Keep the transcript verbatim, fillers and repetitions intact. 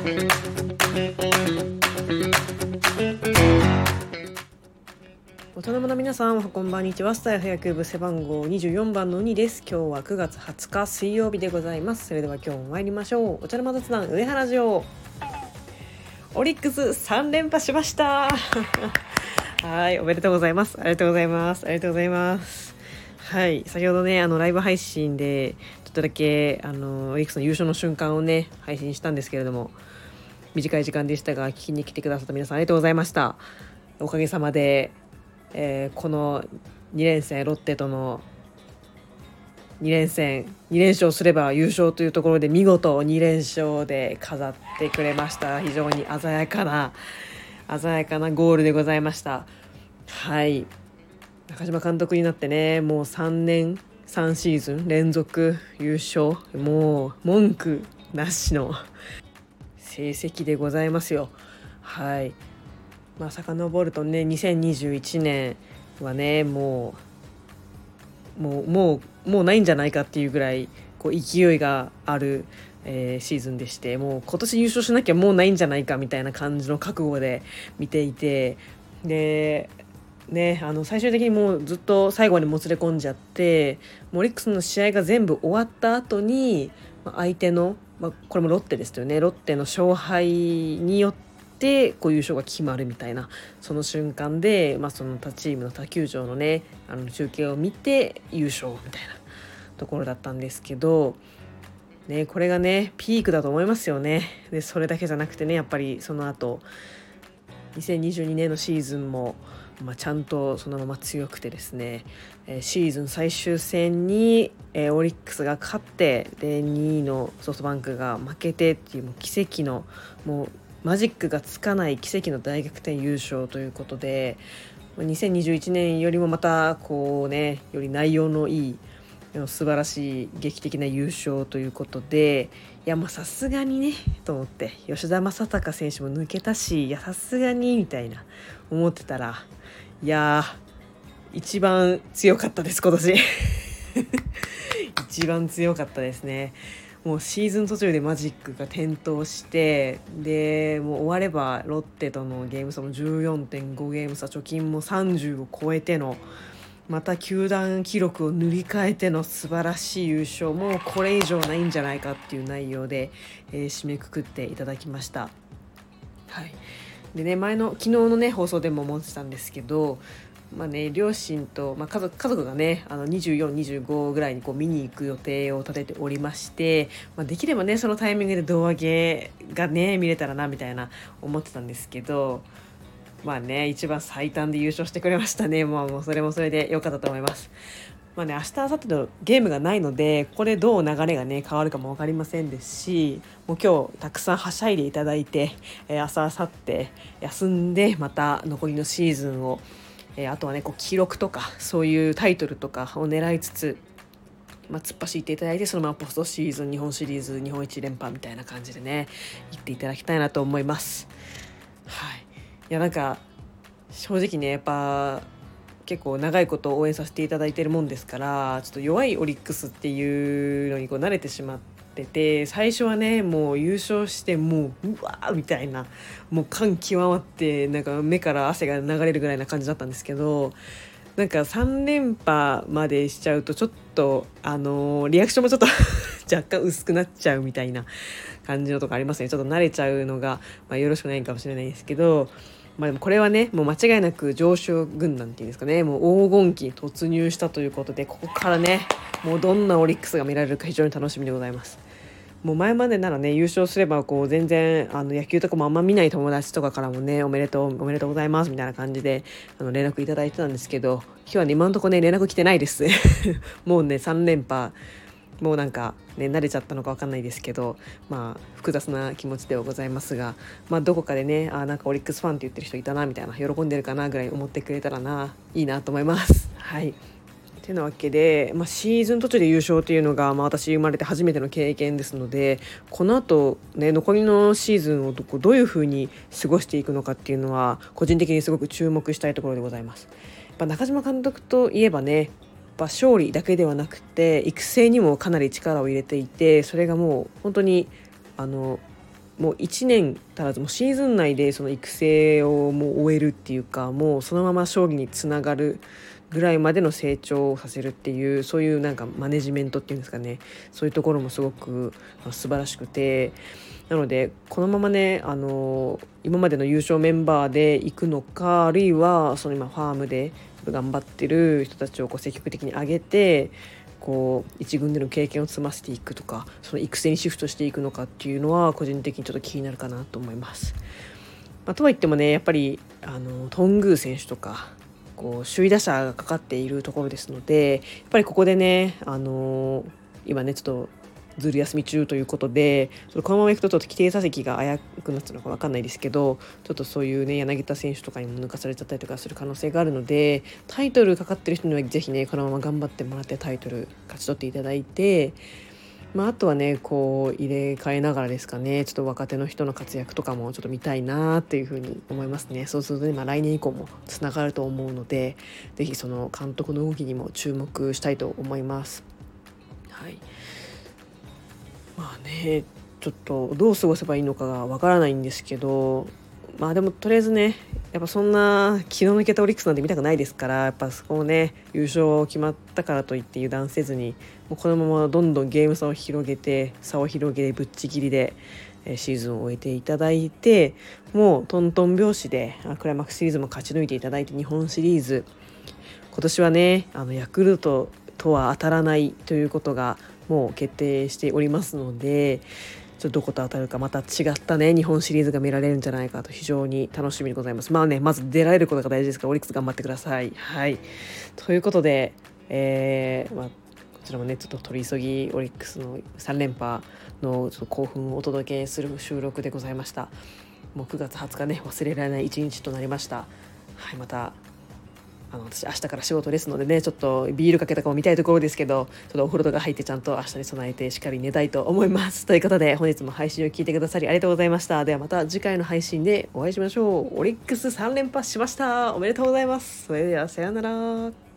大人の皆さん、こんばんにちは。スタイフ野球部背番号にじゅうよんばんのにです。今日はくがつはつか水曜日でございます。それでは今日も参りましょう。お茶の間雑談上原城。オリックスさん連覇しましたはい、おめでとうございます。ありがとうございますありがとうございます。はい、先ほどねあのライブ配信でちょっとだけあのオリックスの優勝の瞬間をね配信したんですけれども、短い時間でしたが聞きに来てくださった皆さんありがとうございました。おかげさまでえー、このに連戦ロッテとのに連戦に連勝すれば優勝というところで見事に連勝で飾ってくれました。非常に鮮やかな鮮やかなゴールでございました。はい、中島監督になってねもうさんねんさんシーズン連続優勝、もう文句なしの成績でございますよ。はい、まあ、遡るとねにせんにじゅういちねんはねもうもうもうもうないんじゃないかっていうぐらいこう勢いがある、えー、シーズンでして、もう今年優勝しなきゃもうないんじゃないかみたいな感じの覚悟で見ていて、でねあの最終的にもうずっと最後にもつれ込んじゃって、オリックスの試合が全部終わった後に相手の、まあ、これもロッテですよね、ロッテの勝敗によってでこう優勝が決まるみたいな、その瞬間で、まあ、その他チームの他球場のねあの中継を見て優勝みたいなところだったんですけど、ね、これがねピークだと思いますよね。でそれだけじゃなくてね、やっぱりその後にせんにじゅうにねんのシーズンも、まあ、ちゃんとそのまま強くてですね、えー、シーズン最終戦に、えー、オリックスが勝ってでにいのソフトバンクが負けてっていう、もう奇跡のもうマジックがつかない奇跡の大逆転優勝ということで、にせんにじゅういちねんよりもまたこうねより内容のいい素晴らしい劇的な優勝ということで、いやもうさすがにねと思って、吉田正尚選手も抜けたし、いやさすがにみたいな思ってたら、いや一番強かったです今年一番強かったですね。もうシーズン途中でマジックが点灯して、でもう終わればロッテとのゲーム差も じゅうよんてんご ゲーム差、貯金もさんじゅうを超えてのまた球団記録を塗り替えての素晴らしい優勝、もうこれ以上ないんじゃないかっていう内容で、えー、締めくくっていただきました。はいでね、前の昨日のね放送でも思ってたんですけど、まあね、両親と、まあ、家族家族がねあのにじゅうよん、にじゅうごぐらいにこう見に行く予定を立てておりまして、まあ、できればねそのタイミングで胴上げがね見れたらなみたいな思ってたんですけど、まあね一番最短で優勝してくれましたね。もうもうそれもそれで良かったと思います。まあね、明日明後日のゲームがないので、ここでどう流れがね変わるかも分かりませんですし、もう今日たくさんはしゃいでいただいて、えー、明日明後日休んでまた残りのシーズンを、えー、あとはねこう記録とかそういうタイトルとかを狙いつつ、まあ、突っ走っていただいて、そのままポストシーズン日本シリーズ日本一連覇みたいな感じでね行っていただきたいなと思います。はい、いやなんか正直ねやっぱ結構長いこと応援させていただいているもんですから、ちょっと弱いオリックスっていうのにこう慣れてしまってて、最初はねもう優勝してもううわーみたいな、もう感極まってなんか目から汗が流れるぐらいな感じだったんですけど、なんかさん連覇までしちゃうとちょっとあのー、リアクションもちょっと若干薄くなっちゃうみたいな感じのとこありますね。ちょっと慣れちゃうのが、まあ、よろしくないかもしれないですけど、まあ、でもこれはねもう間違いなく上昇軍団っていうんですかね、もう黄金期に突入したということで、ここからねもうどんなオリックスが見られるか非常に楽しみでございます。もう前までならね優勝すればこう全然あの野球とかもあんま見ない友達とかからもねおめでとうおめでとうございますみたいな感じであの連絡いただいてたんですけど、今日はね今のところね連絡来てないですもうねさん連覇もうなんかね慣れちゃったのか分かんないですけど、まあ複雑な気持ちではございますが、まあどこかでねあなんかオリックスファンって言ってる人いたなみたいな、喜んでるかなぐらい思ってくれたらないいなと思います。はいてなわけで、まあ、シーズン途中で優勝というのが、まあ、私生まれて初めての経験ですので、この後、ね、残りのシーズンをどどういう風に過ごしていくのかっていうのは個人的にすごく注目したいところでございます。やっぱ中島監督といえばねやっぱ勝利だけではなくて育成にもかなり力を入れていて、それがもう本当にあのもういちねん足らずもうシーズン内でその育成をもう終えるっていうか、もうそのまま勝利につながるぐらいまでの成長をさせるっていう、そういうなんかマネジメントっていうんですかね、そういうところもすごく素晴らしくて、なのでこのままね、あの今までの優勝メンバーで行くのか、あるいはその今ファームで頑張ってる人たちをこう積極的に上げて、こう一軍での経験を積ませていくとか、その育成にシフトしていくのかっていうのは個人的にちょっと気になるかなと思います。まあ、とはいってもね、やっぱりあのトングー選手とかこう首位打者がかかっているところですので、やっぱりここでね、あの今ねちょっとずる休み中ということで、このままいくとちょっと規定打席が危うくなっちゃうのか分かんないですけど、ちょっとそういうね柳田選手とかにも抜かされちゃったりとかする可能性があるので、タイトルかかってる人にはぜひねこのまま頑張ってもらってタイトル勝ち取っていただいて、まあ、あとはねこう入れ替えながらですかね、ちょっと若手の人の活躍とかもちょっと見たいなっていうふうに思いますね。そうするとね、まあ、来年以降もつながると思うので、ぜひその監督の動きにも注目したいと思います。はい、まあね、ちょっとどう過ごせばいいのかがわからないんですけど、まあでもとりあえずね、やっぱそんな気の抜けたオリックスなんて見たくないですから、やっぱそこをね優勝決まったからといって油断せずに、もうこのままどんどんゲーム差を広げて差を広げてぶっちぎりでシーズンを終えていただいて、もうトントン拍子でクライマックスシリーズも勝ち抜いていただいて、日本シリーズ今年はねあのヤクルトとは当たらないということがもう決定しておりますので、ちょっとどこと当たるかまた違ったね日本シリーズが見られるんじゃないかと非常に楽しみでございます。まあね、まず出られることが大事ですから、オリックス頑張ってください。はい、ということで、えーまあ、こちらもねちょっと取り急ぎオリックスのさん連覇のちょっと興奮をお届けする収録でございました。もうくがつはつかね忘れられない一日となりました。はい、またあの私明日から仕事ですのでね、ちょっとビールかけたかも見たいところですけど、ちょっとお風呂とか入ってちゃんと明日に備えてしっかり寝たいと思います。ということで本日も配信を聞いてくださりありがとうございました。ではまた次回の配信でお会いしましょう。オリックスさん連覇しました。おめでとうございます。それではさようなら。